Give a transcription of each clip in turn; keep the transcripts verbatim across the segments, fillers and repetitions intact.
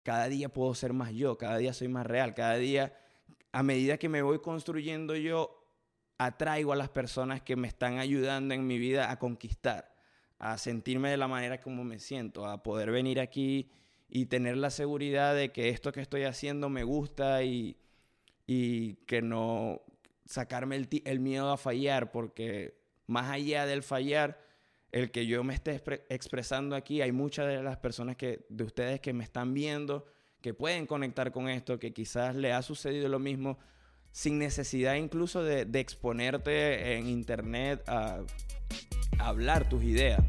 cada día puedo ser más yo, cada día soy más real, cada día, a medida que me voy construyendo yo, atraigo a las personas que me están ayudando en mi vida a conquistar, a sentirme de la manera como me siento, a poder venir aquí y tener la seguridad de que esto que estoy haciendo me gusta y, y que no sacarme el, el miedo a fallar, porque más allá del fallar, el que yo me esté expre- expresando aquí, hay muchas de las personas que, de ustedes que me están viendo, que pueden conectar con esto, que quizás le ha sucedido lo mismo, sin necesidad incluso de, de exponerte en internet a, a hablar tus ideas.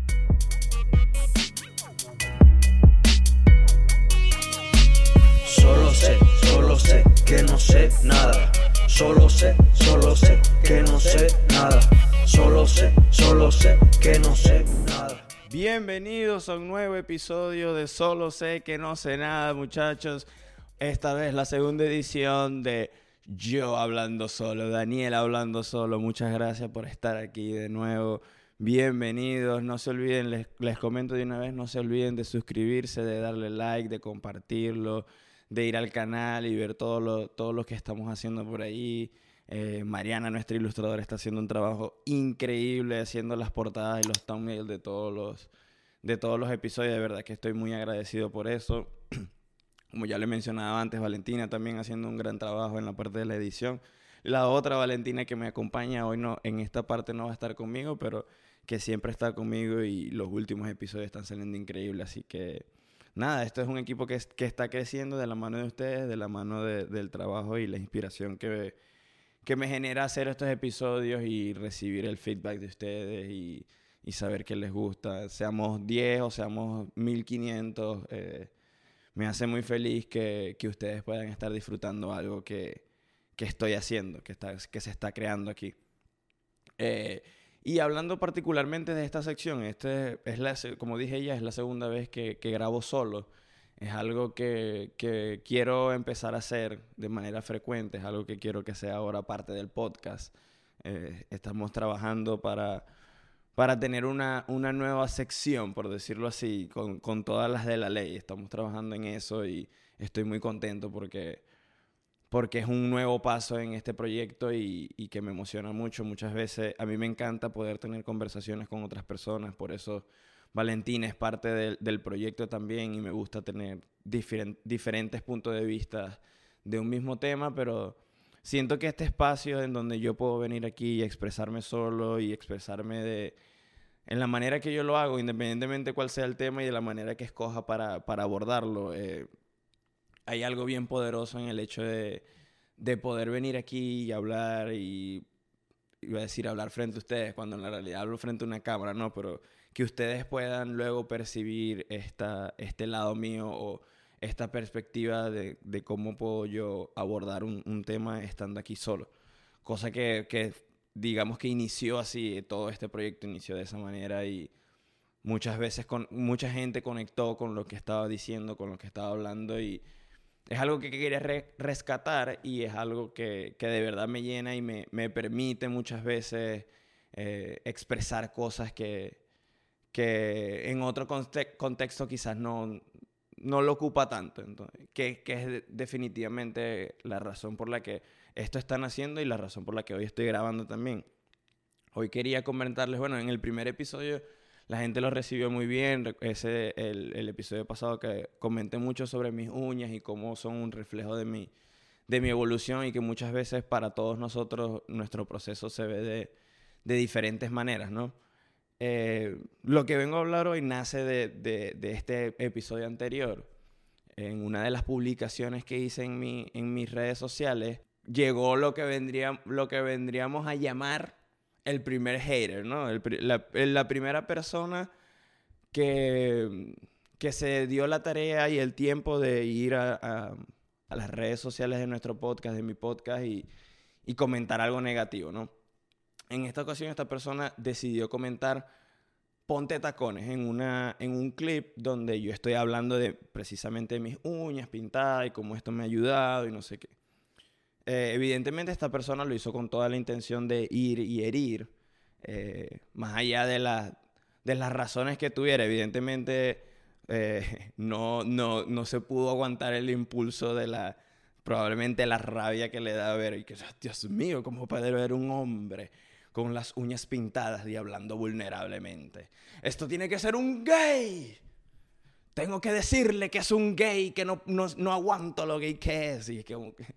Solo sé, solo sé que no sé nada. Solo sé, solo sé que no sé nada. Solo sé, solo sé que no sé nada. Bienvenidos a un nuevo episodio de Solo sé que no sé nada, muchachos. Esta vez la segunda edición de Yo hablando solo, Daniel hablando solo. Muchas gracias por estar aquí de nuevo. Bienvenidos. No se olviden, les, les comento de una vez, no se olviden de suscribirse, de darle like, de compartirlo, de ir al canal y ver todo lo, todo lo que estamos haciendo por ahí. Eh, Mariana, nuestra ilustradora, está haciendo un trabajo increíble haciendo las portadas y los thumbnails de todos los, de todos los episodios. De verdad que estoy muy agradecido por eso. Como ya le mencionaba antes, Valentina también haciendo un gran trabajo en la parte de la edición. La otra Valentina que me acompaña hoy no, en esta parte no va a estar conmigo, pero que siempre está conmigo y los últimos episodios están saliendo increíbles. Así que nada, esto es un equipo que, es, que está creciendo de la mano de ustedes, de la mano de, del trabajo y la inspiración que, que me genera hacer estos episodios y recibir el feedback de ustedes y, y saber que les gusta. Seamos diez o seamos mil quinientos, eh, me hace muy feliz que, que ustedes puedan estar disfrutando algo que, que estoy haciendo, que, está, que se está creando aquí. Eh, y hablando particularmente de esta sección, este es la, como dije ya, es la segunda vez que, que grabo solo. Es algo que, que quiero empezar a hacer de manera frecuente, es algo que quiero que sea ahora parte del podcast. Eh, estamos trabajando para, para tener una, una nueva sección, por decirlo así, con, con todas las de la ley. Estamos trabajando en eso y estoy muy contento porque, porque es un nuevo paso en este proyecto y, y que me emociona mucho. Muchas veces a mí me encanta poder tener conversaciones con otras personas, por eso Valentina es parte del, del proyecto también y me gusta tener diferent, diferentes puntos de vista de un mismo tema, pero siento que este espacio en donde yo puedo venir aquí y expresarme solo y expresarme de, en la manera que yo lo hago, independientemente cuál sea el tema y de la manera que escoja para, para abordarlo, eh, hay algo bien poderoso en el hecho de, de poder venir aquí y hablar y iba a decir hablar frente a ustedes, cuando en la realidad hablo frente a una cámara, no, pero que ustedes puedan luego percibir esta, este lado mío o esta perspectiva de, de cómo puedo yo abordar un, un tema estando aquí solo. Cosa que, que digamos que inició así, todo este proyecto inició de esa manera y muchas veces con, mucha gente conectó con lo que estaba diciendo, con lo que estaba hablando y es algo que quería re- rescatar y es algo que, que de verdad me llena y me, me permite muchas veces eh, expresar cosas que, que en otro conte- contexto quizás no, no lo ocupa tanto. Entonces, que, que es de- definitivamente la razón por la que esto están haciendo y la razón por la que hoy estoy grabando también. Hoy quería comentarles, bueno, en el primer episodio la gente lo recibió muy bien. Ese, el, el episodio pasado que comenté mucho sobre mis uñas y cómo son un reflejo de mi, de mi evolución y que muchas veces para todos nosotros nuestro proceso se ve de, de diferentes maneras, ¿no? Eh, lo que vengo a hablar hoy nace de, de, de este episodio anterior. En una de las publicaciones que hice en, mi, en mis redes sociales, llegó lo que, vendría, lo que vendríamos a llamar el primer hater, ¿no? El, la, la primera persona que, que se dio la tarea y el tiempo de ir a, a, a las redes sociales de nuestro podcast, de mi podcast, y, y comentar algo negativo, ¿no? En esta ocasión esta persona decidió comentar ponte tacones en, una, en un clip donde yo estoy hablando de precisamente de mis uñas pintadas y cómo esto me ha ayudado y no sé qué. Eh, evidentemente esta persona lo hizo con toda la intención de ir y herir, eh, más allá de, la, de las razones que tuviera. Evidentemente eh, no, no, no se pudo aguantar el impulso de la, probablemente la rabia que le da ver, y que, Dios mío, ¿cómo puede ver un hombre con las uñas pintadas y hablando vulnerablemente? Esto tiene que ser un gay. Tengo que decirle que es un gay, que no, no, no aguanto lo gay que es. Y es que,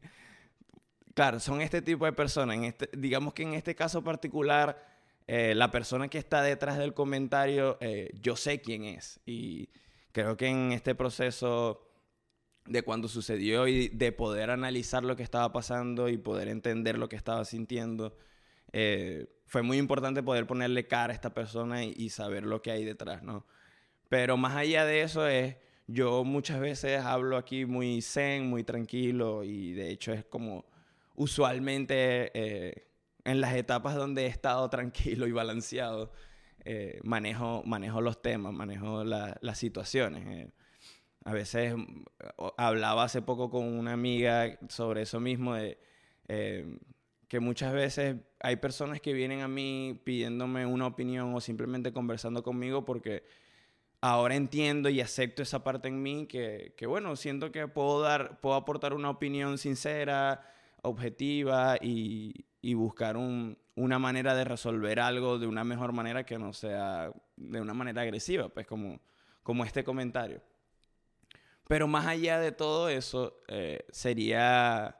claro, son este tipo de personas. En este, digamos que en este caso particular, eh, la persona que está detrás del comentario, eh, yo sé quién es. Y creo que en este proceso de cuando sucedió y de poder analizar lo que estaba pasando y poder entender lo que estaba sintiendo, eh, fue muy importante poder ponerle cara a esta persona y, y saber lo que hay detrás, ¿no? Pero más allá de eso es, yo muchas veces hablo aquí muy zen, muy tranquilo, y de hecho es como usualmente eh, en las etapas donde he estado tranquilo y balanceado, eh, manejo, manejo los temas, manejo la, las situaciones. Eh. A veces hablaba hace poco con una amiga sobre eso mismo, de eh, que muchas veces hay personas que vienen a mí pidiéndome una opinión o simplemente conversando conmigo porque ahora entiendo y acepto esa parte en mí que, que bueno, siento que puedo dar, puedo aportar una opinión sincera, objetiva y, y buscar un, una manera de resolver algo de una mejor manera que no sea de una manera agresiva, pues como, como este comentario. Pero más allá de todo eso, eh, sería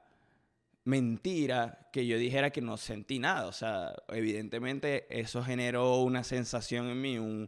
mentira que yo dijera que no sentí nada. O sea, evidentemente eso generó una sensación en mí, un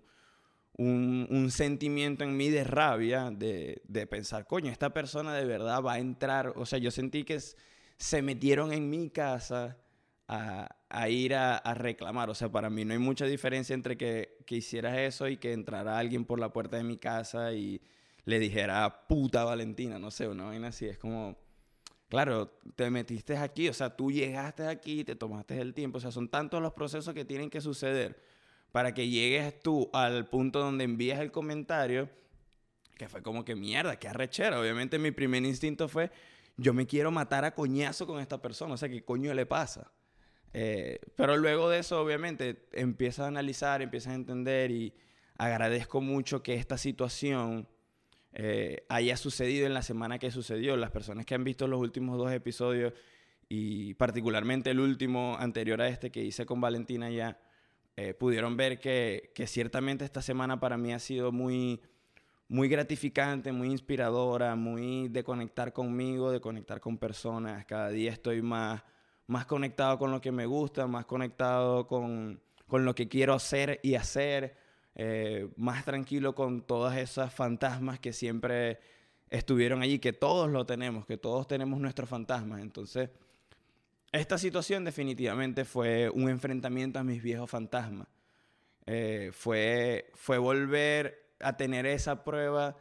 Un, un sentimiento en mí de rabia, de, de pensar, coño, esta persona de verdad va a entrar. O sea, yo sentí que s- se metieron en mi casa a, a ir a, a reclamar. O sea, para mí no hay mucha diferencia entre que, que hicieras eso y que entrara alguien por la puerta de mi casa y le dijera puta Valentina, no sé, una vaina así. Es como, claro, te metiste aquí, o sea, tú llegaste aquí, te tomaste el tiempo. O sea, son tantos los procesos que tienen que suceder para que llegues tú al punto donde envías el comentario, que fue como que mierda, qué arrechera. Obviamente mi primer instinto fue, yo me quiero matar a coñazo con esta persona, o sea, ¿qué coño le pasa? Eh, pero luego de eso, obviamente, empiezas a analizar, empiezas a entender y agradezco mucho que esta situación eh, haya sucedido en la semana que sucedió. Las personas que han visto los últimos dos episodios y particularmente el último anterior a este que hice con Valentina ya, Eh, pudieron ver que, que ciertamente esta semana para mí ha sido muy, muy gratificante, muy inspiradora, muy de conectar conmigo, de conectar con personas. Cada día estoy más, más conectado con lo que me gusta, más conectado con, con lo que quiero hacer y hacer, eh, más tranquilo con todas esas fantasmas que siempre estuvieron allí, que todos lo tenemos, que todos tenemos nuestros fantasmas. Entonces, esta situación definitivamente fue un enfrentamiento a mis viejos fantasmas. Eh, fue, fue volver a tener esa prueba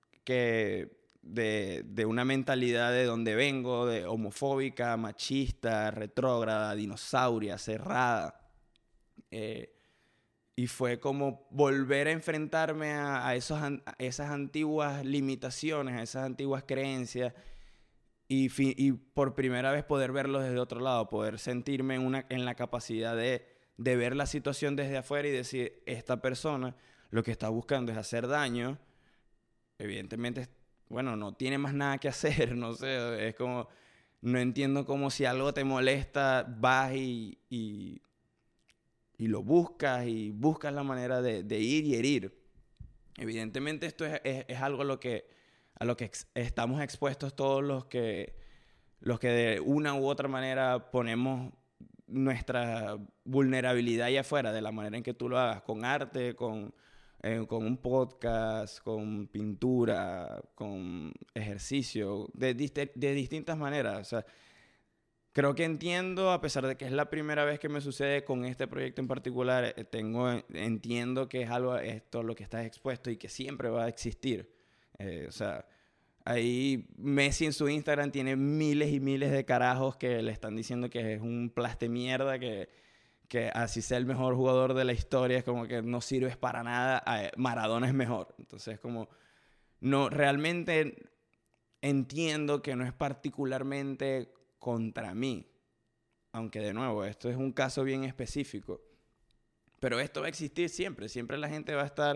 que de, de una mentalidad de donde vengo, de homofóbica, machista, retrógrada, dinosauria, cerrada. Eh, y fue como volver a enfrentarme a, a, esos, a esas antiguas limitaciones, a esas antiguas creencias. Y, fi- y por primera vez poder verlo desde otro lado, poder sentirme en, una, en la capacidad de, de ver la situación desde afuera y decir, esta persona lo que está buscando es hacer daño. Evidentemente, bueno, no tiene más nada que hacer, no sé, es como, no entiendo cómo si algo te molesta, vas y, y, y lo buscas y buscas la manera de, de ir y herir. Evidentemente esto es, es, es algo a lo que, a lo que ex- estamos expuestos todos los que, los que de una u otra manera ponemos nuestra vulnerabilidad allá afuera, de la manera en que tú lo hagas, con arte, con, eh, con un podcast, con pintura, con ejercicio, de, diste- de distintas maneras. O sea, creo que entiendo, a pesar de que es la primera vez que me sucede con este proyecto en particular, eh, tengo, entiendo que es algo, esto lo que estás expuesto y que siempre va a existir. Eh, o sea, ahí Messi en su Instagram tiene miles y miles de carajos que le están diciendo que es un plaste mierda, que, que así sea el mejor jugador de la historia, es como que no sirves para nada, eh, Maradona es mejor. Entonces, como, no, realmente entiendo que no es particularmente contra mí, aunque de nuevo, esto es un caso bien específico, pero esto va a existir siempre, siempre la gente va a estar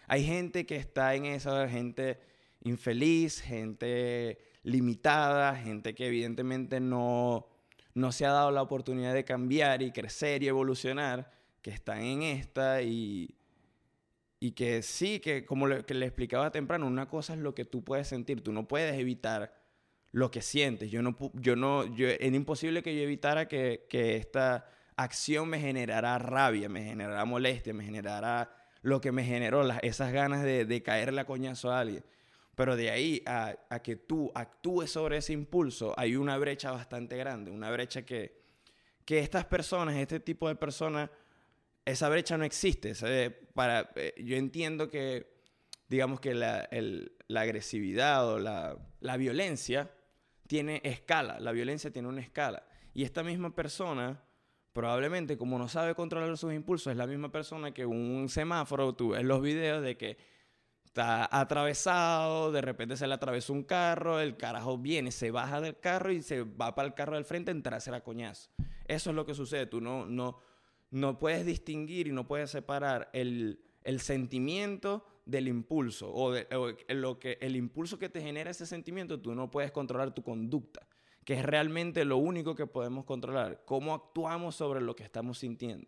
Hay gente que está en esa, gente infeliz, gente limitada, gente que evidentemente no, no se ha dado la oportunidad de cambiar y crecer y evolucionar, que están en esta y, y que sí, que como le, que le explicaba temprano, una cosa es lo que tú puedes sentir, tú no puedes evitar lo que sientes. Yo no, yo no, yo, era imposible que yo evitara que, que esta acción me generara rabia, me generara molestia, me generara lo que me generó, las, esas ganas de, de caerle a coñazo a alguien. Pero de ahí a, a que tú actúes sobre ese impulso, hay una brecha bastante grande, una brecha que, que estas personas, este tipo de personas, esa brecha no existe. ¿Sabes? Para, eh, yo entiendo que, digamos que la, el, la agresividad o la, la violencia tiene escala, la violencia tiene una escala. Y esta misma persona, probablemente como no sabe controlar sus impulsos, es la misma persona que un semáforo, tú ves los videos de que está atravesado, de repente se le atravesó un carro, el carajo viene, se baja del carro y se va para el carro del frente a entrarse a coñazo. Eso es lo que sucede. Tú no, no, no puedes distinguir y no puedes separar el, el sentimiento del impulso o, de, o lo que, el impulso que te genera ese sentimiento. Tú no puedes controlar tu conducta, que es realmente lo único que podemos controlar, cómo actuamos sobre lo que estamos sintiendo.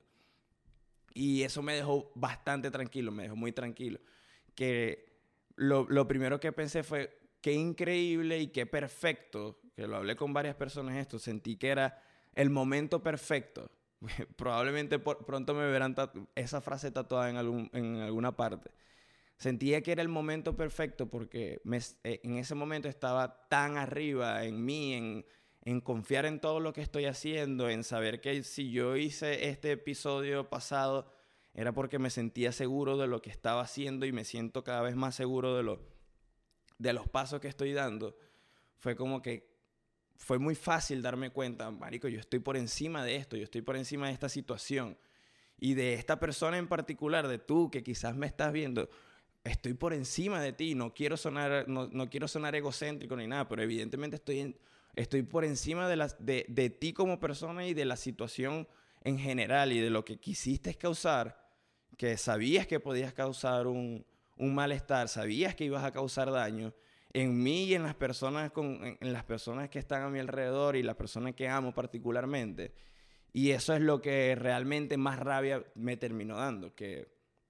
Y eso me dejó bastante tranquilo, me dejó muy tranquilo. Que lo, lo primero que pensé fue qué increíble y qué perfecto, que lo hablé con varias personas esto, sentí que era el momento perfecto. Probablemente por, pronto me verán esa frase tatuada en, algún, en alguna parte. Sentía que era el momento perfecto porque me, eh, en ese momento estaba tan arriba en mí, en, en confiar en todo lo que estoy haciendo, en saber que si yo hice este episodio pasado era porque me sentía seguro de lo que estaba haciendo y me siento cada vez más seguro de, lo, de los pasos que estoy dando. Fue como que fue muy fácil darme cuenta, marico, yo estoy por encima de esto, yo estoy por encima de esta situación. Y de esta persona en particular, de tú que quizás me estás viendo, estoy por encima de ti. No quiero sonar, no, no quiero sonar egocéntrico ni nada, pero evidentemente estoy, en, estoy por encima de, las, de, de ti como persona y de la situación en general y de lo que quisiste causar, que sabías que podías causar un, un malestar, sabías que ibas a causar daño en mí y en las personas, con, en, en las personas que están a mi alrededor y las personas que amo particularmente. Y eso es lo que realmente más rabia me terminó dando, que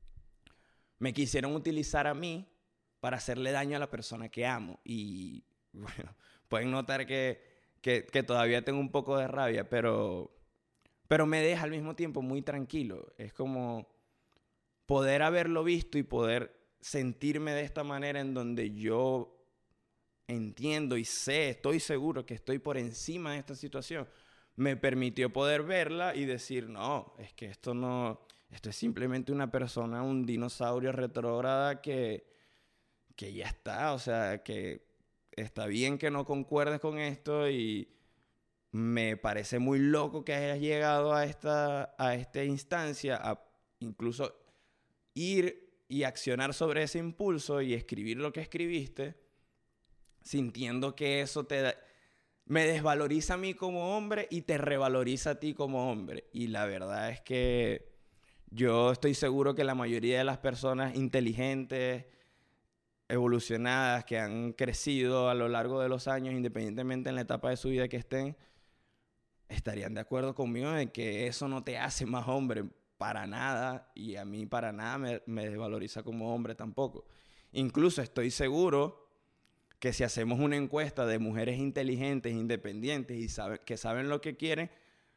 me quisieron utilizar a mí para hacerle daño a la persona que amo. Y bueno, pueden notar que, que, que todavía tengo un poco de rabia, pero, pero me deja al mismo tiempo muy tranquilo. Es como poder haberlo visto y poder sentirme de esta manera en donde yo entiendo y sé, estoy seguro que estoy por encima de esta situación, me permitió poder verla y decir, no, es que esto no, esto es simplemente una persona, un dinosaurio retrógrada que, que ya está, o sea, que está bien que no concuerdes con esto y me parece muy loco que hayas llegado a esta, a esta instancia, a incluso ir y accionar sobre ese impulso y escribir lo que escribiste, sintiendo que eso te da, me desvaloriza a mí como hombre y te revaloriza a ti como hombre. Y la verdad es que yo estoy seguro que la mayoría de las personas inteligentes, evolucionadas, que han crecido a lo largo de los años, independientemente en la etapa de su vida que estén, estarían de acuerdo conmigo en que eso no te hace más hombre para nada, y a mí para nada me, me desvaloriza como hombre tampoco. Incluso estoy seguro que si hacemos una encuesta de mujeres inteligentes, independientes y sabe, que saben lo que quieren,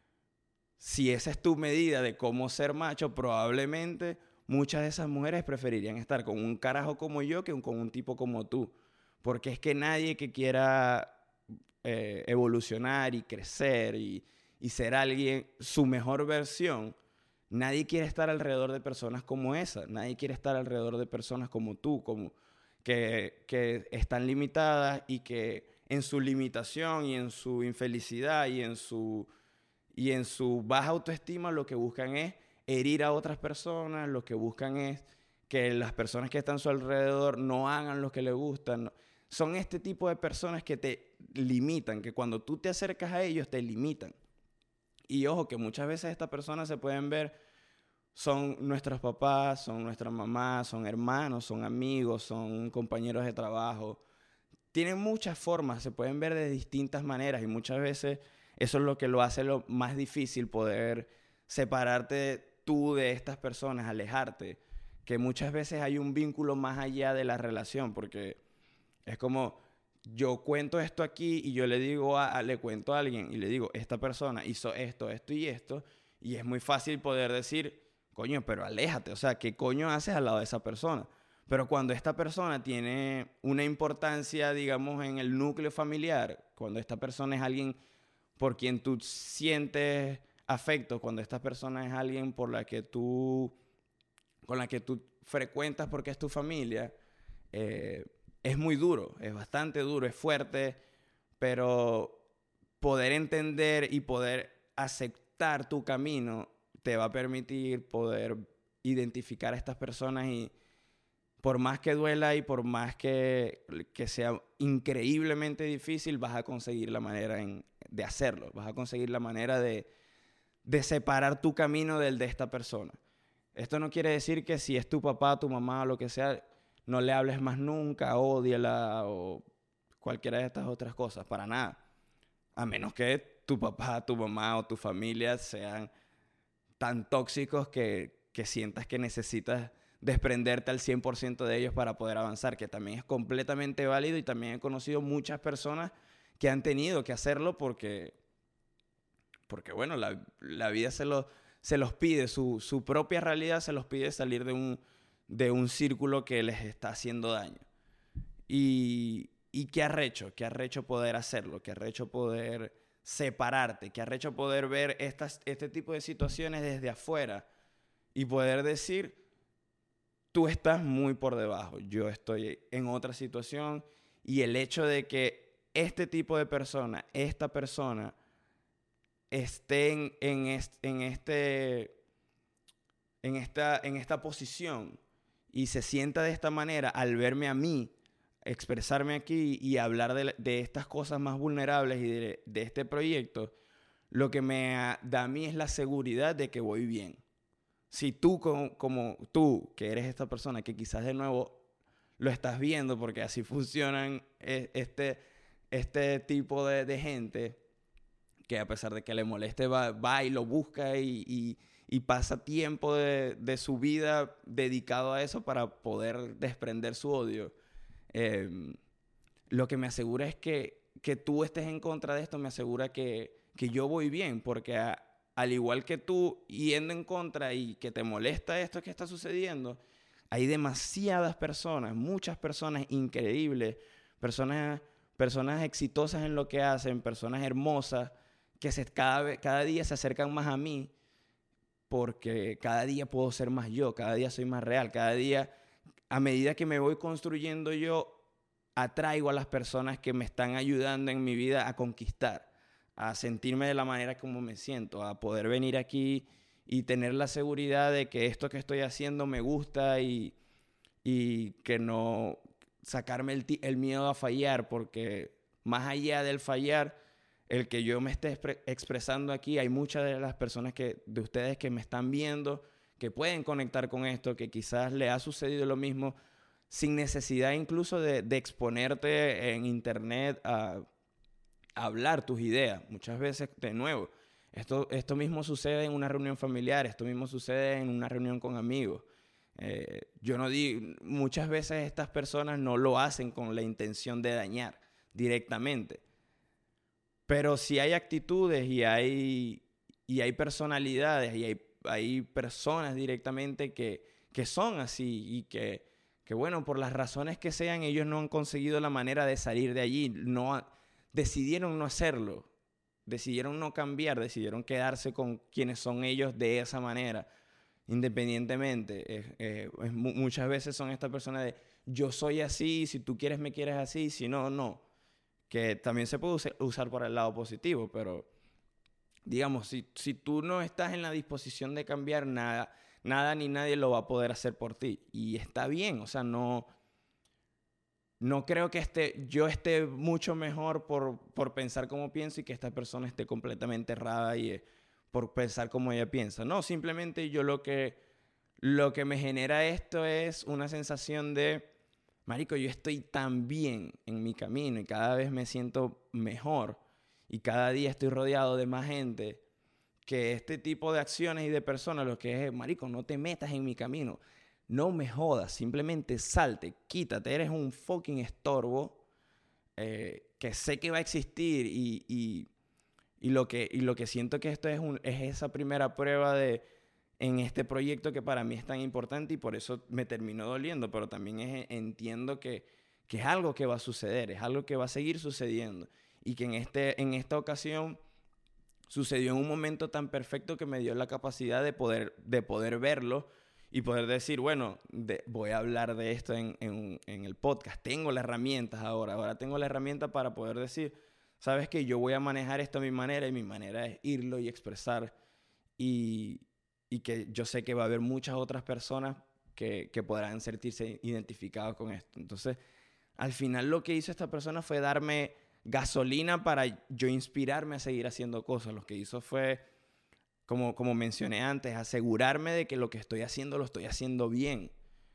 si esa es tu medida de cómo ser macho, probablemente muchas de esas mujeres preferirían estar con un carajo como yo que con un tipo como tú. Porque es que nadie que quiera eh, evolucionar y crecer y, y ser alguien, su mejor versión, nadie quiere estar alrededor de personas como esa. Nadie quiere estar alrededor de personas como tú, como que, que están limitadas y que en su limitación y en su infelicidad y en su, y en su baja autoestima lo que buscan es herir a otras personas, lo que buscan es que las personas que están a su alrededor no hagan lo que les gusta. No. Son este tipo de personas que te limitan, que cuando tú te acercas a ellos te limitan. Y ojo, que muchas veces estas personas se pueden ver son nuestros papás, son nuestras mamás, son hermanos, son amigos, son compañeros de trabajo. Tienen muchas formas, se pueden ver de distintas maneras y muchas veces eso es lo que lo hace lo más difícil, poder separarte tú de estas personas, alejarte. Que muchas veces hay un vínculo más allá de la relación, porque es como yo cuento esto aquí y yo le digo a, a, le cuento a alguien y le digo, esta persona hizo esto, esto y esto, y es muy fácil poder decir, coño, pero aléjate, o sea, ¿qué coño haces al lado de esa persona? Pero cuando esta persona tiene una importancia, digamos, en el núcleo familiar, cuando esta persona es alguien por quien tú sientes afecto, cuando esta persona es alguien por la que tú, con la que tú frecuentas porque es tu familia, eh, es muy duro, es bastante duro, es fuerte, pero poder entender y poder aceptar tu camino te va a permitir poder identificar a estas personas y por más que duela y por más que, que sea increíblemente difícil, vas a conseguir la manera en, de hacerlo. Vas a conseguir la manera de, de separar tu camino del de esta persona. Esto no quiere decir que si es tu papá, tu mamá o lo que sea, no le hables más nunca, ódiala o cualquiera de estas otras cosas. Para nada. A menos que tu papá, tu mamá o tu familia sean tan tóxicos que, que sientas que necesitas desprenderte al cien por ciento de ellos para poder avanzar, que también es completamente válido y también he conocido muchas personas que han tenido que hacerlo porque, porque bueno, la, la vida se, lo, se los pide, su, su propia realidad se los pide salir de un, de un círculo que les está haciendo daño. Y, y qué arrecho, qué arrecho poder hacerlo, qué arrecho poder separarte, qué arrecho poder ver estas, este tipo de situaciones desde afuera y poder decir, tú estás muy por debajo, yo estoy en otra situación y el hecho de que este tipo de persona, esta persona, esté en, en, est, en, este, en, esta, en esta posición y se sienta de esta manera al verme a mí, expresarme aquí y hablar de, de estas cosas más vulnerables y de, de este proyecto, lo que me da a mí es la seguridad de que voy bien. Si tú, como, como tú, que eres esta persona que quizás de nuevo lo estás viendo, porque así funcionan este, este tipo de, de gente, que a pesar de que le moleste, va, va y lo busca y, y, y pasa tiempo de, de su vida dedicado a eso para poder desprender su odio. Eh, lo que me asegura es que, que tú estés en contra de esto, me asegura que, que yo voy bien, porque a, al igual que tú, yendo en contra y que te molesta esto que está sucediendo, hay demasiadas personas, muchas personas increíbles, personas, personas exitosas en lo que hacen, personas hermosas, que se, cada, vez, cada día se acercan más a mí, porque cada día puedo ser más yo, cada día soy más real, cada día, a medida que me voy construyendo yo, atraigo a las personas que me están ayudando en mi vida a conquistar, a sentirme de la manera como me siento, a poder venir aquí y tener la seguridad de que esto que estoy haciendo me gusta y, y que no sacarme el, el miedo a fallar, porque más allá del fallar, el que yo me esté expre expresando aquí, hay muchas de las personas que, de ustedes que me están viendo, que pueden conectar con esto, que quizás le ha sucedido lo mismo, sin necesidad incluso de, de exponerte en internet a hablar tus ideas. Muchas veces, de nuevo, esto, esto mismo sucede en una reunión familiar, esto mismo sucede en una reunión con amigos. Eh, yo no digo, muchas veces estas personas no lo hacen con la intención de dañar directamente. Pero si hay actitudes y hay, y hay personalidades y hay, hay personas directamente que, que son así y que, que, bueno, por las razones que sean, ellos no han conseguido la manera de salir de allí, no ha, decidieron no hacerlo, decidieron no cambiar, decidieron quedarse con quienes son ellos de esa manera, independientemente. Eh, eh, es, muchas veces son estas personas de yo soy así, si tú quieres me quieres así, si no, no. Que también se puede usar, usar para el lado positivo, pero digamos, si, si tú no estás en la disposición de cambiar, nada, nada ni nadie lo va a poder hacer por ti. Y está bien, o sea, no... No creo que esté, yo esté mucho mejor por, por pensar como pienso y que esta persona esté completamente errada y eh, por pensar como ella piensa. No, simplemente yo lo que, lo que me genera esto es una sensación de, marico, yo estoy tan bien en mi camino y cada vez me siento mejor y cada día estoy rodeado de más gente, que este tipo de acciones y de personas, lo que es, marico, no te metas en mi camino, no me jodas, simplemente salte, quítate, eres un fucking estorbo eh, que sé que va a existir y, y, y, lo que, y lo que siento que esto es, un, es esa primera prueba de, en este proyecto que para mí es tan importante y por eso me terminó doliendo, pero también es, entiendo que, que es algo que va a suceder, es algo que va a seguir sucediendo y que en, este, en esta ocasión sucedió en un momento tan perfecto que me dio la capacidad de poder, de poder verlo y poder decir, bueno, de, voy a hablar de esto en, en, en el podcast. Tengo las herramientas ahora. Ahora tengo la herramienta para poder decir, sabes que yo voy a manejar esto a mi manera y mi manera es irlo y expresar. Y, y que yo sé que va a haber muchas otras personas que, que podrán sentirse identificados con esto. Entonces, al final lo que hizo esta persona fue darme gasolina para yo inspirarme a seguir haciendo cosas. Lo que hizo fue, como, como mencioné antes, asegurarme de que lo que estoy haciendo lo estoy haciendo bien.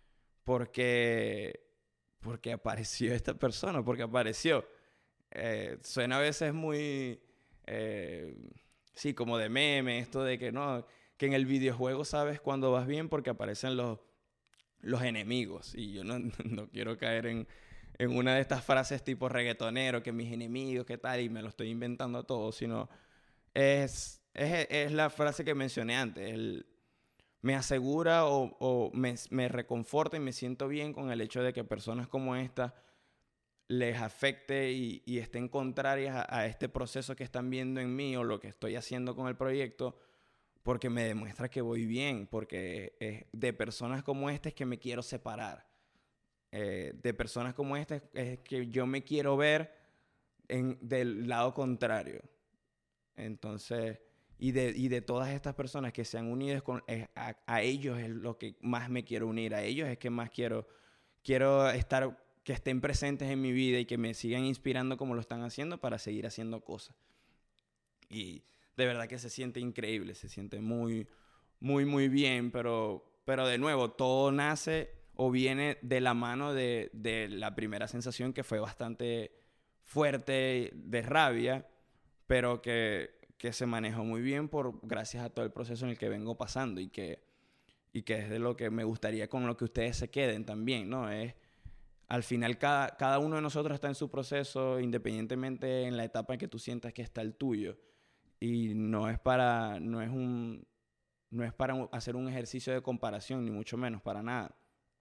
Porque, porque apareció esta persona, porque apareció. Eh, suena a veces muy, eh, sí, como de meme, esto de que no, que en el videojuego sabes cuando vas bien porque aparecen los, los enemigos. Y yo no, no quiero caer en... en una de estas frases tipo reggaetonero, que mis enemigos, qué tal, y me lo estoy inventando todo, sino es, es, es la frase que mencioné antes. El, me asegura o, o me, me reconforta y me siento bien con el hecho de que personas como esta les afecte y, y estén contrarias a, a este proceso que están viendo en mí o lo que estoy haciendo con el proyecto, porque me demuestra que voy bien, porque es de personas como esta es que me quiero separar. Eh, de personas como esta es que yo me quiero ver en, del lado contrario. Entonces, y de, y de todas estas personas que se han unido, con, eh, a, a ellos es lo que más me quiero unir. A ellos es que más quiero, quiero estar, que estén presentes en mi vida y que me sigan inspirando como lo están haciendo para seguir haciendo cosas. Y de verdad que se siente increíble, se siente muy, muy, muy bien, pero, pero de nuevo, todo nace o viene de la mano de, de la primera sensación que fue bastante fuerte, de rabia, pero que, que se manejó muy bien por, gracias a todo el proceso en el que vengo pasando y que, y que es de lo que me gustaría con lo que ustedes se queden también, ¿no? Es, al final cada, cada uno de nosotros está en su proceso independientemente en la etapa en que tú sientas que está el tuyo y no es para, no es un, no es para hacer un ejercicio de comparación ni mucho menos, para nada.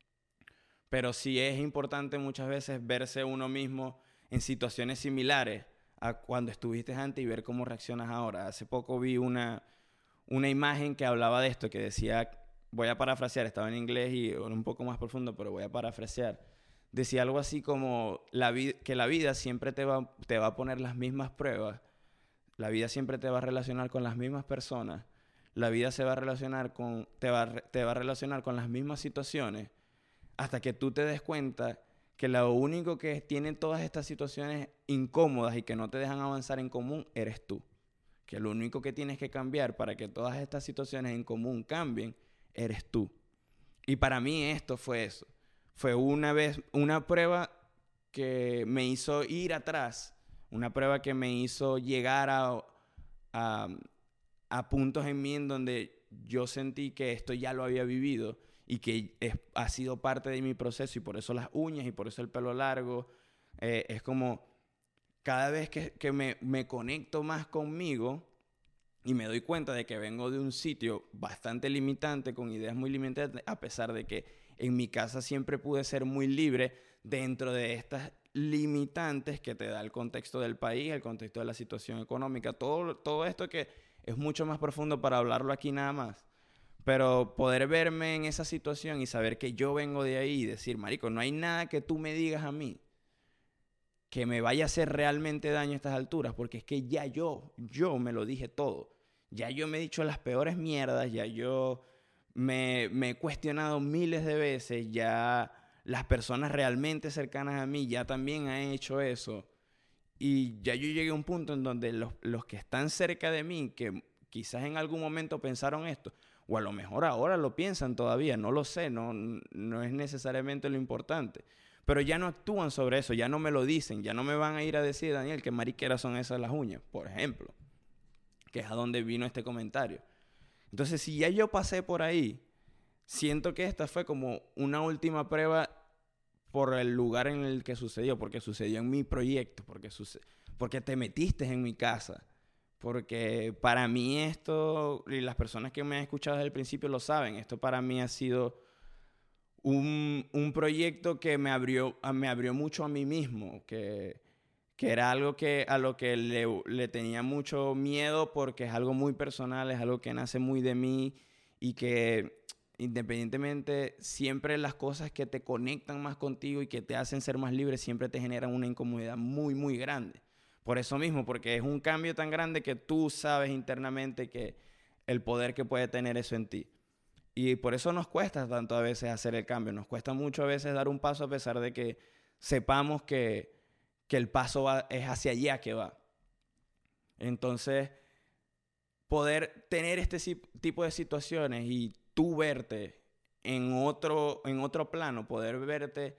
Pero sí es importante muchas veces verse uno mismo en situaciones similares a cuando estuviste antes y ver cómo reaccionas ahora. Hace poco vi una, una imagen que hablaba de esto, que decía, voy a parafrasear, estaba en inglés y un poco más profundo, pero voy a parafrasear. Decía algo así como la vi- que la vida siempre te va, te va a poner las mismas pruebas, la vida siempre te va a relacionar con las mismas personas, la vida se va a relacionar con, te va, te va a relacionar con las mismas situaciones, hasta que tú te des cuenta que lo único que tienen todas estas situaciones incómodas y que no te dejan avanzar en común eres tú. Que lo único que tienes que cambiar para que todas estas situaciones en común cambien eres tú. Y para mí esto fue eso. Fue una vez una prueba que me hizo ir atrás, una prueba que me hizo llegar a, a, a puntos en mí en donde yo sentí que esto ya lo había vivido y que es, ha sido parte de mi proceso y por eso las uñas y por eso el pelo largo. Eh, es como cada vez que, que me, me conecto más conmigo y me doy cuenta de que vengo de un sitio bastante limitante, con ideas muy limitantes, a pesar de que en mi casa siempre pude ser muy libre dentro de estas limitantes que te da el contexto del país, el contexto de la situación económica, todo, todo esto que es mucho más profundo para hablarlo aquí nada más. Pero poder verme en esa situación y saber que yo vengo de ahí y decir, marico, no hay nada que tú me digas a mí que me vaya a hacer realmente daño a estas alturas, porque es que ya yo, yo me lo dije todo. Ya yo me he dicho las peores mierdas, ya yo me, me he cuestionado miles de veces, ya las personas realmente cercanas a mí ya también han hecho eso. Y ya yo llegué a un punto en donde los, los que están cerca de mí, que quizás en algún momento pensaron esto, O a lo mejor ahora lo piensan todavía, no lo sé, no, no es necesariamente lo importante. Pero ya no actúan sobre eso, ya no me lo dicen, ya no me van a ir a decir, Daniel, qué mariqueras son esas las uñas, por ejemplo. Que es a donde vino este comentario. Entonces, si ya yo pasé por ahí, siento que esta fue como una última prueba por el lugar en el que sucedió, porque sucedió en mi proyecto, porque, suce- porque te metiste en mi casa. Porque para mí esto, y las personas que me han escuchado desde el principio lo saben, esto para mí ha sido un, un proyecto que me abrió, me abrió mucho a mí mismo, que, que era algo que, a lo que le, le tenía mucho miedo porque es algo muy personal, es algo que nace muy de mí y que independientemente siempre las cosas que te conectan más contigo y que te hacen ser más libre siempre te generan una incomodidad muy, muy grande. Por eso mismo, porque es un cambio tan grande que tú sabes internamente que el poder que puede tener eso en ti. Y por eso nos cuesta tanto a veces hacer el cambio. Nos cuesta mucho a veces dar un paso a pesar de que sepamos que, que el paso va, es hacia allá que va. Entonces, poder tener este tipo de situaciones y tú verte en otro, en otro plano, poder verte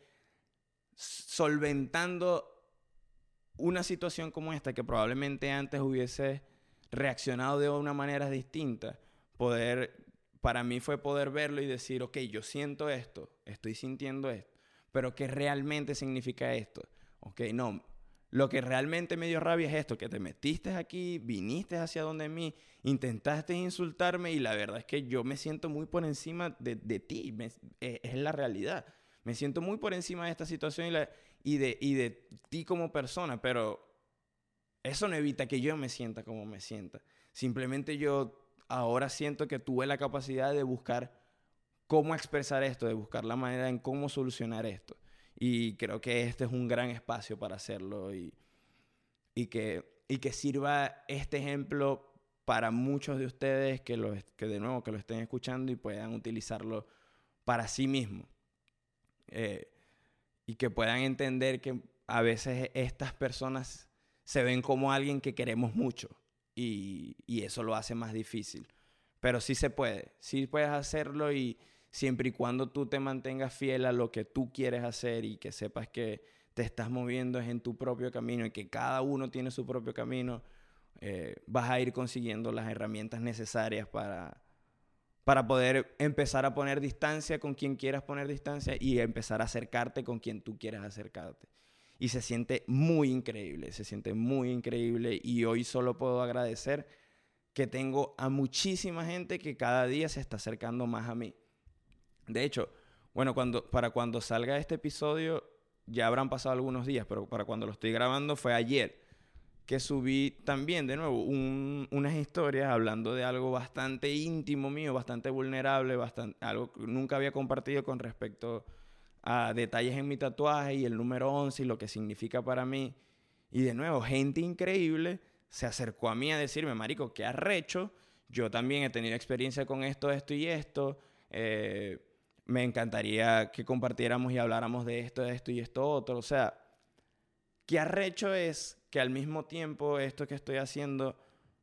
solventando una situación como esta que probablemente antes hubiese reaccionado de una manera distinta, poder, para mí fue poder verlo y decir, ok, yo siento esto, estoy sintiendo esto, pero ¿qué realmente significa esto? Ok, no, lo que realmente me dio rabia es esto, que te metiste aquí, viniste hacia donde mí, intentaste insultarme y la verdad es que yo me siento muy por encima de, de ti, me, es, es la realidad. Me siento muy por encima de esta situación y, la, y, de, y de ti como persona, pero eso no evita que yo me sienta como me sienta. Simplemente yo ahora siento que tuve la capacidad de buscar cómo expresar esto, de buscar la manera en cómo solucionar esto. Y creo que este es un gran espacio para hacerlo y, y, que, y que sirva este ejemplo para muchos de ustedes que, lo, que de nuevo que lo estén escuchando y puedan utilizarlo para sí mismos. Eh, y que puedan entender que a veces estas personas se ven como alguien que queremos mucho y, y eso lo hace más difícil. Pero sí se puede, sí puedes hacerlo y siempre y cuando tú te mantengas fiel a lo que tú quieres hacer y que sepas que te estás moviendo en tu propio camino y que cada uno tiene su propio camino, eh, vas a ir consiguiendo las herramientas necesarias para, para poder empezar a poner distancia con quien quieras poner distancia y empezar a acercarte con quien tú quieras acercarte. Y se siente muy increíble, se siente muy increíble y hoy solo puedo agradecer que tengo a muchísima gente que cada día se está acercando más a mí. De hecho, bueno, cuando, para cuando salga este episodio ya habrán pasado algunos días, pero para cuando lo estoy grabando fue ayer que subí también, de nuevo, un, unas historias hablando de algo bastante íntimo mío, bastante vulnerable, bastante, algo que nunca había compartido con respecto a detalles en mi tatuaje y el número once y lo que significa para mí. Y de nuevo, gente increíble se acercó a mí a decirme, marico, qué arrecho, yo también he tenido experiencia con esto, esto y esto, eh, me encantaría que compartiéramos y habláramos de esto, de esto y esto otro. O sea, qué arrecho es que al mismo tiempo esto que estoy haciendo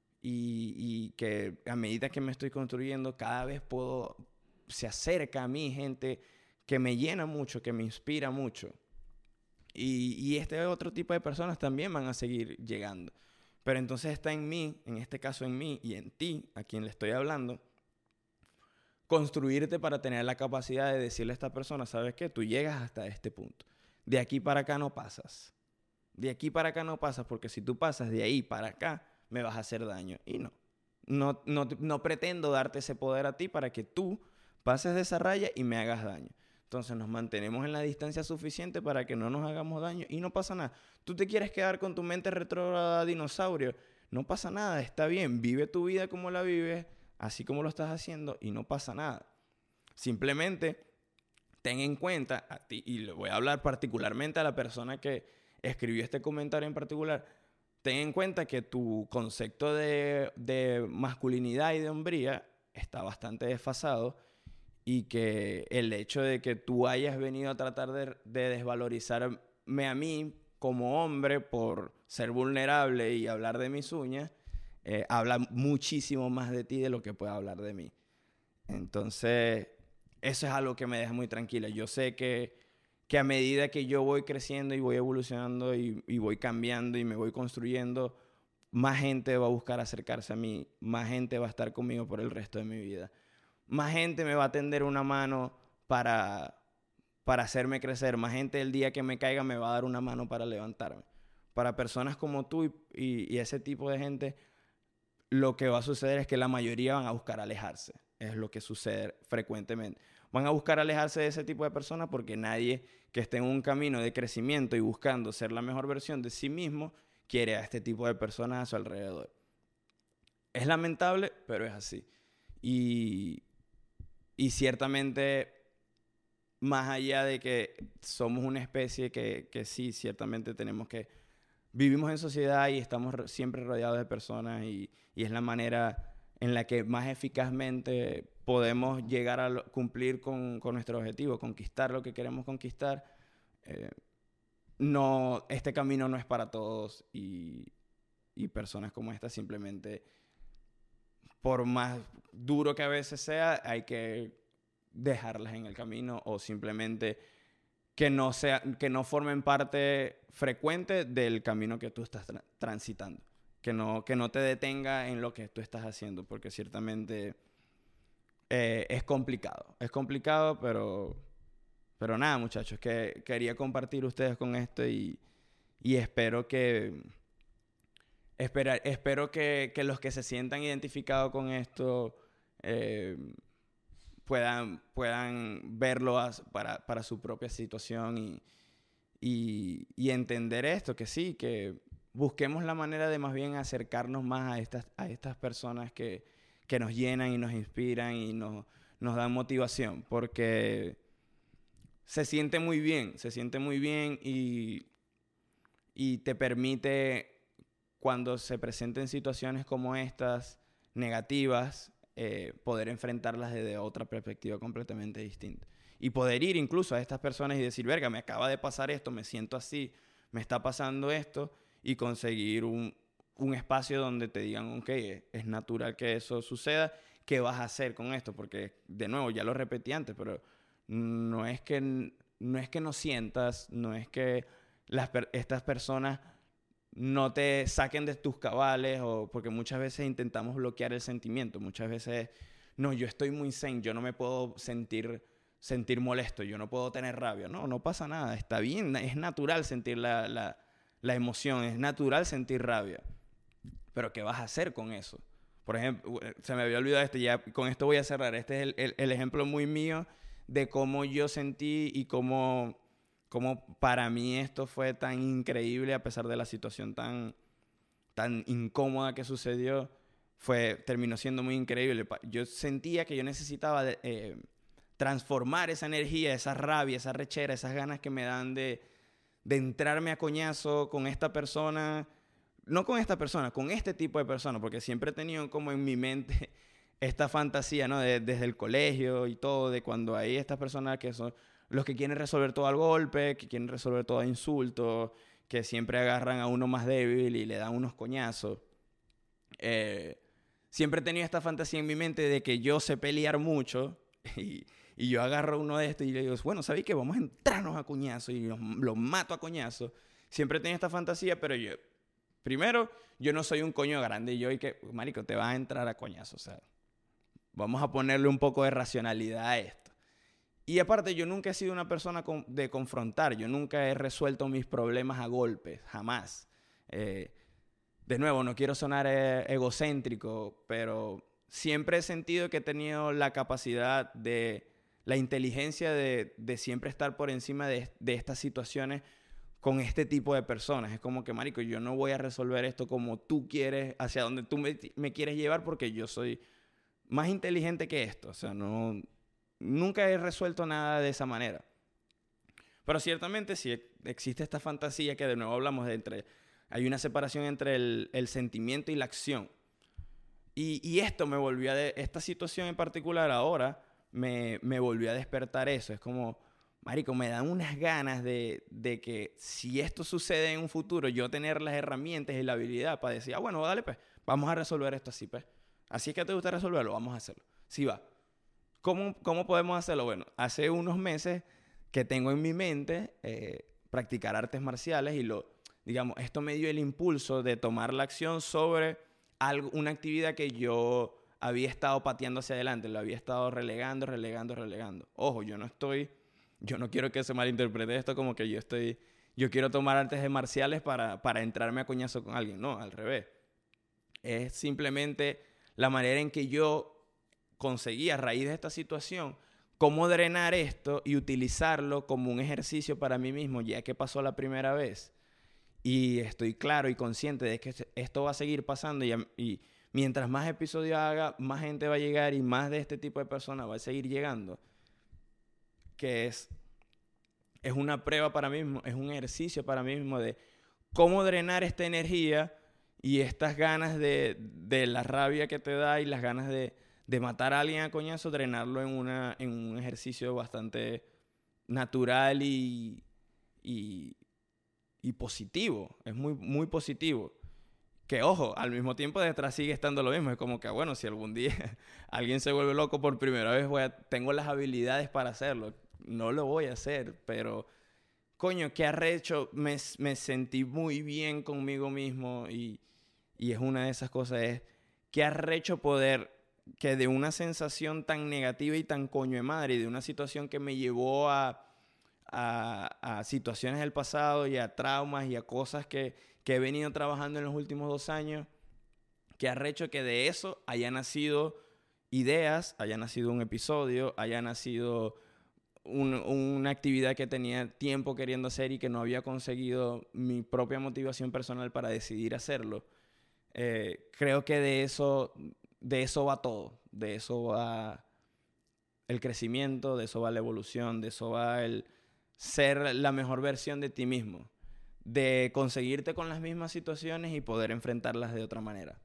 y, y que a medida que me estoy construyendo cada vez puedo, se acerca a mí gente que me llena mucho, que me inspira mucho. Y, y este otro tipo de personas también van a seguir llegando. Pero entonces está en mí, en este caso en mí y en ti, a quien le estoy hablando, construirte para tener la capacidad de decirle a esta persona, ¿sabes qué? Tú llegas hasta este punto. De aquí para acá no pasas. De aquí para acá no pasas porque si tú pasas de ahí para acá, me vas a hacer daño. Y no. No, no, no pretendo darte ese poder a ti para que tú pases de esa raya y me hagas daño. Entonces nos mantenemos en la distancia suficiente para que no nos hagamos daño y no pasa nada. Tú te quieres quedar con tu mente retrógrada dinosaurio. No pasa nada, está bien. Vive tu vida como la vives, así como lo estás haciendo y no pasa nada. Simplemente ten en cuenta, a ti, y le voy a hablar particularmente a la persona que escribió este comentario en particular, ten en cuenta que tu concepto de, de masculinidad y de hombría está bastante desfasado y que el hecho de que tú hayas venido a tratar de, de desvalorizarme a mí como hombre por ser vulnerable y hablar de mis uñas, eh, habla muchísimo más de ti de lo que puede hablar de mí. Entonces, eso es algo que me deja muy tranquila. Yo sé que, que a medida que yo voy creciendo y voy evolucionando y, y voy cambiando y me voy construyendo, más gente va a buscar acercarse a mí, más gente va a estar conmigo por el resto de mi vida. Más gente me va a tender una mano para, para hacerme crecer. Más gente el día que me caiga me va a dar una mano para levantarme. Para personas como tú y, y, y ese tipo de gente, lo que va a suceder es que la mayoría van a buscar alejarse. Es lo que sucede frecuentemente. Van a buscar alejarse de ese tipo de personas porque nadie que esté en un camino de crecimiento y buscando ser la mejor versión de sí mismo quiere a este tipo de personas a su alrededor. Es lamentable, pero es así. Y, y ciertamente, más allá de que somos una especie que, que sí, ciertamente tenemos que... Vivimos en sociedad y estamos siempre rodeados de personas y, y es la manera en la que más eficazmente podemos llegar a lo, cumplir con, con nuestro objetivo, conquistar lo que queremos conquistar. Eh, no, este camino no es para todos y, y personas como esta simplemente, por más duro que a veces sea, hay que dejarlas en el camino o simplemente que no, sea, que no formen parte frecuente del camino que tú estás tra- transitando. Que no, que no te detenga en lo que tú estás haciendo, porque ciertamente eh, es complicado. Es complicado, pero, pero nada, muchachos, que quería compartir ustedes con esto y, y espero que, espera, espero que, que los que se sientan identificados con esto eh, puedan, puedan verlo as, para, para su propia situación y, y, y entender esto, que sí, que busquemos la manera de más bien acercarnos más a estas, a estas personas que, que nos llenan y nos inspiran y nos, nos dan motivación, porque se siente muy bien, se siente muy bien y, y te permite, cuando se presenten situaciones como estas, negativas, eh, poder enfrentarlas desde otra perspectiva completamente distinta. Y poder ir incluso a estas personas y decir, verga, me acaba de pasar esto, me siento así, me está pasando esto, y conseguir un, un espacio donde te digan, ok, es natural que eso suceda, ¿qué vas a hacer con esto? Porque, de nuevo, ya lo repetí antes, pero no es que no, es que no sientas, no es que las, estas personas no te saquen de tus cabales, o porque muchas veces intentamos bloquear el sentimiento, muchas veces, no, yo estoy muy zen, yo no me puedo sentir... sentir molesto, yo no puedo tener rabia. No, no pasa nada, está bien, es natural sentir la, la, la emoción, es natural sentir rabia. Pero ¿qué vas a hacer con eso? Por ejemplo, se me había olvidado este, ya con esto voy a cerrar. Este es el, el, el ejemplo muy mío de cómo yo sentí y cómo, cómo para mí esto fue tan increíble a pesar de la situación tan, tan incómoda que sucedió. Fue, terminó siendo muy increíble. Yo sentía que yo necesitaba... De, eh, transformar esa energía, esa rabia, esa rechera, esas ganas que me dan de, de entrarme a coñazo con esta persona, no con esta persona, con este tipo de persona, porque siempre he tenido como en mi mente esta fantasía, ¿no? De, desde el colegio y todo, de cuando hay estas personas que son los que quieren resolver todo al golpe, que quieren resolver todo a insultos, que siempre agarran a uno más débil y le dan unos coñazos. Eh, siempre he tenido esta fantasía en mi mente de que yo sé pelear mucho y... Y yo agarro uno de estos y le digo, bueno, ¿sabéis qué? Vamos a entrarnos a coñazo y los, los mato a coñazo. Siempre tenía esta fantasía, pero yo... Primero, yo no soy un coño grande. Y yo, y que, marico, te vas a entrar a coñazo. O sea, vamos a ponerle un poco de racionalidad a esto. Y aparte, yo nunca he sido una persona con, de confrontar. Yo nunca he resuelto mis problemas a golpes. Jamás. Eh, de nuevo, no quiero sonar eh, egocéntrico, pero siempre he sentido que he tenido la capacidad de... la inteligencia de, de siempre estar por encima de, de estas situaciones con este tipo de personas. Es como que, marico, yo no voy a resolver esto como tú quieres, hacia donde tú me, me quieres llevar, porque yo soy más inteligente que esto. O sea, no, nunca he resuelto nada de esa manera. Pero ciertamente sí existe esta fantasía que de nuevo hablamos de entre... Hay una separación entre el, el sentimiento y la acción. Y, y esto me volvió a... De, esta situación en particular ahora... Me, me volvió a despertar eso. Es como, marico, me dan unas ganas de, de que si esto sucede en un futuro, yo tener las herramientas y la habilidad para decir, ah, bueno, dale, pues, vamos a resolver esto así, pues. Así es que te gusta resolverlo, vamos a hacerlo. Sí va. ¿cómo, cómo podemos hacerlo? Bueno, hace unos meses que tengo en mi mente eh, practicar artes marciales y lo, digamos, esto me dio el impulso de tomar la acción sobre algo, una actividad que yo había estado pateando hacia adelante, lo había estado relegando, relegando, relegando. Ojo, yo no estoy, yo no quiero que se malinterprete esto como que yo estoy, yo quiero tomar artes marciales para, para entrarme a coñazo con alguien. No, al revés. Es simplemente la manera en que yo conseguí a raíz de esta situación cómo drenar esto y utilizarlo como un ejercicio para mí mismo, ya que pasó la primera vez. Y estoy claro y consciente de que esto va a seguir pasando y, y mientras más episodios haga, más gente va a llegar y más de este tipo de personas va a seguir llegando. Que es, es una prueba para mí mismo, es un ejercicio para mí mismo de cómo drenar esta energía y estas ganas de, de la rabia que te da y las ganas de, de matar a alguien a coñazo, drenarlo en, una, en un ejercicio bastante natural y, y, y positivo. Es muy, muy positivo. Que, ojo, al mismo tiempo detrás sigue estando lo mismo. Es como que, bueno, si algún día alguien se vuelve loco por primera vez, voy a, tengo las habilidades para hacerlo. No lo voy a hacer, pero, coño, qué arrecho. Me, me sentí muy bien conmigo mismo y, y es una de esas cosas. Es qué arrecho poder, que de una sensación tan negativa y tan coño de madre, y de una situación que me llevó a, a, a situaciones del pasado y a traumas y a cosas que, que he venido trabajando en los últimos dos años, que arrecho que de eso haya nacido ideas, haya nacido un episodio, haya nacido un, una actividad que tenía tiempo queriendo hacer y que no había conseguido mi propia motivación personal para decidir hacerlo. Eh, creo que de eso, de eso va todo, de eso va el crecimiento, de eso va la evolución, de eso va el ser la mejor versión de ti mismo, de conseguirte con las mismas situaciones y poder enfrentarlas de otra manera.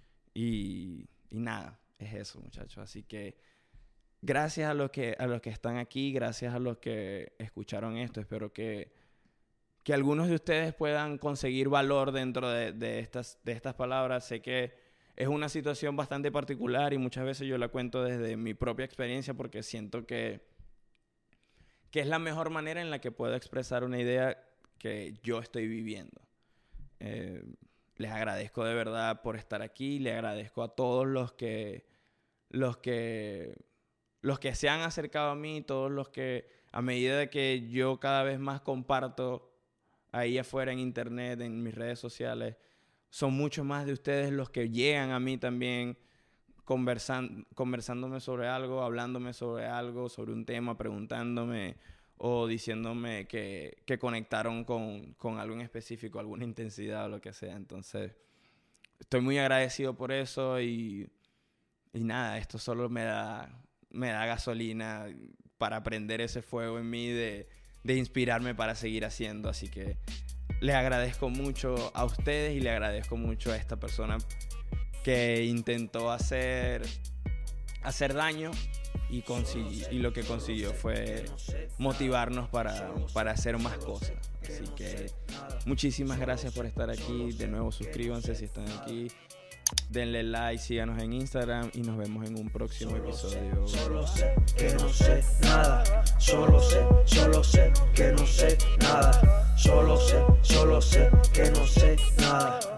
Y, y nada, es eso, muchachos. Así que gracias a los que, a los que están aquí, gracias a los que escucharon esto. Espero que, que algunos de ustedes puedan conseguir valor dentro de, de, estas, de estas palabras. Sé que es una situación bastante particular y muchas veces yo la cuento desde mi propia experiencia porque siento que, que es la mejor manera en la que puedo expresar una idea que yo estoy viviendo. Eh, les agradezco de verdad por estar aquí. Les agradezco a todos los que, los que, los que se han acercado a mí, todos los que, a medida de que yo cada vez más comparto ahí afuera en internet, en mis redes sociales, son muchos más de ustedes los que llegan a mí también conversan, conversándome sobre algo, hablándome sobre algo, sobre un tema, preguntándome o diciéndome que, que conectaron con, con algo en específico, alguna intensidad o lo que sea. Entonces, estoy muy agradecido por eso y, y nada, esto solo me da, me da gasolina para prender ese fuego en mí de, de inspirarme para seguir haciendo. Así que les agradezco mucho a ustedes y le agradezco mucho a esta persona que intentó hacer, hacer daño y, consiguió, y lo que consiguió fue motivarnos para, para hacer más cosas. Así que muchísimas gracias por estar aquí. De nuevo, suscríbanse si están aquí. Denle like, síganos en Instagram y nos vemos en un próximo episodio. Solo sé que no sé nada. Solo sé, solo sé que no sé nada. Solo sé, solo sé que no sé nada.